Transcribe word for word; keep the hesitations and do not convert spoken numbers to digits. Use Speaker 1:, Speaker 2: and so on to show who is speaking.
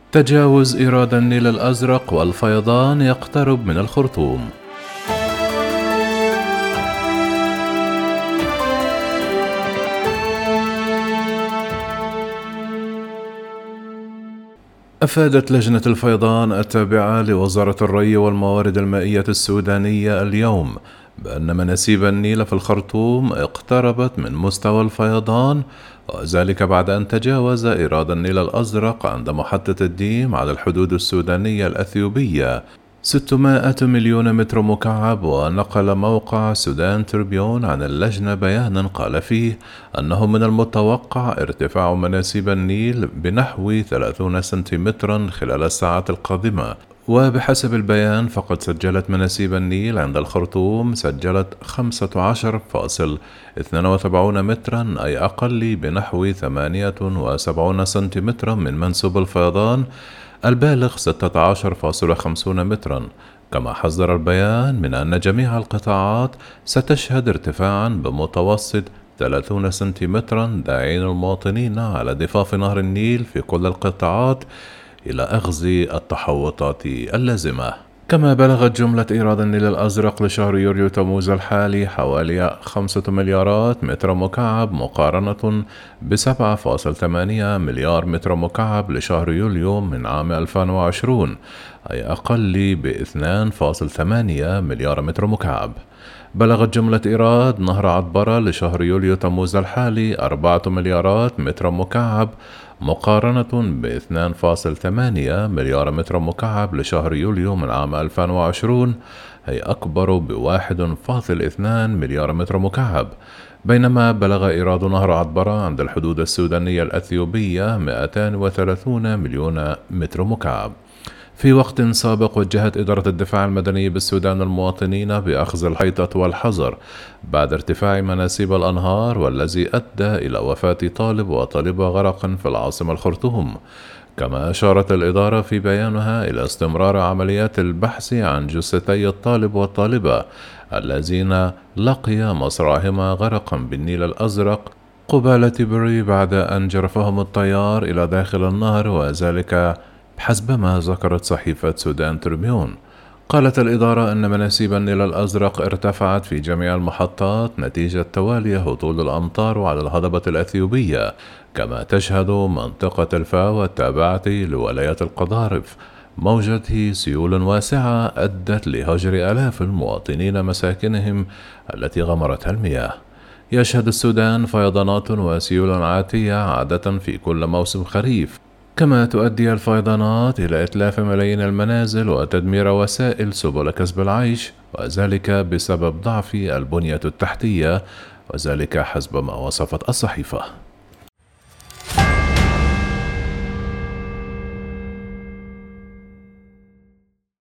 Speaker 1: تجاوز إيراد النيل الأزرق والفيضان يقترب من الخرطوم. أفادت لجنة الفيضان التابعة لوزارة الري والموارد المائية السودانية اليوم بأن مناسيب النيل في الخرطوم اقتربت من مستوى الفيضان، وذلك بعد أن تجاوز إيراد النيل الأزرق عند محطة الديم على الحدود السودانية الأثيوبية ستمائة مليون متر مكعب. ونقل موقع سودان تريبيون عن اللجنة بيانا قال فيه أنه من المتوقع ارتفاع مناسيب النيل بنحو ثلاثين سنتيمترا خلال الساعات القادمة. وبحسب البيان فقد سجلت مناسيب النيل عند الخرطوم سجلت خمسة عشر فاصلة اثنين وسبعين مترا، أي أقل بنحو ثمانية وسبعين سنتيمترا من منسوب الفيضان البالغ ستة عشر فاصلة خمسين مترا. كما حذر البيان من أن جميع القطاعات ستشهد ارتفاعا بمتوسط ثلاثين سنتيمترا، داعين المواطنين على ضفاف نهر النيل في كل القطاعات إلى أخذ التحوطات اللازمة. كما بلغت جملة إيراد النيل الأزرق لشهر يوليو تموز الحالي حوالي خمسة مليارات متر مكعب، مقارنة بسبعة فاصلة ثمانية مليار متر مكعب لشهر يوليو من عام ألفين وعشرين، أي أقل ب اثنين فاصلة ثمانية مليار متر مكعب. بلغت جملة إيراد نهر عطبرة لشهر يوليو تموز الحالي أربعة مليارات متر مكعب، مقارنة ب اثنين فاصلة ثمانية مليار متر مكعب لشهر يوليو من عام ألفين وعشرين، هي أكبر ب واحد فاصلة اثنين مليار متر مكعب. بينما بلغ إيراد نهر عطبرة عند الحدود السودانية الأثيوبية مئتين وثلاثين مليون متر مكعب. في وقت سابق وجهت إدارة الدفاع المدني بالسودان المواطنين بأخذ الحيطة والحذر بعد ارتفاع مناسيب الأنهار، والذي أدى إلى وفاة طالب وطالبة غرقا في العاصمة الخرطوم. كما أشارت الإدارة في بيانها إلى استمرار عمليات البحث عن جثتي الطالب والطالبة الذين لقي مصرعهما غرقا بالنيل الأزرق قبالة بري بعد أن جرفهم التيار إلى داخل النهر، وذلك حسب ما ذكرت صحيفة سودان تريبيون. قالت الإدارة أن مناسيب النيل الأزرق ارتفعت في جميع المحطات نتيجة توالي هطول الأمطار على الهضبة الأثيوبية. كما تشهد منطقة الفاو التابعة لولاية القضارف موجة سيول واسعة أدت لهجر آلاف المواطنين مساكنهم التي غمرتها المياه. يشهد السودان فيضانات وسيول عاتية عادة في كل موسم خريف، كما تؤدي الفيضانات إلى إتلاف ملايين المنازل وتدمير وسائل سبل كسب العيش، وذلك بسبب ضعف البنية التحتية، وذلك حسب ما وصفت الصحيفة.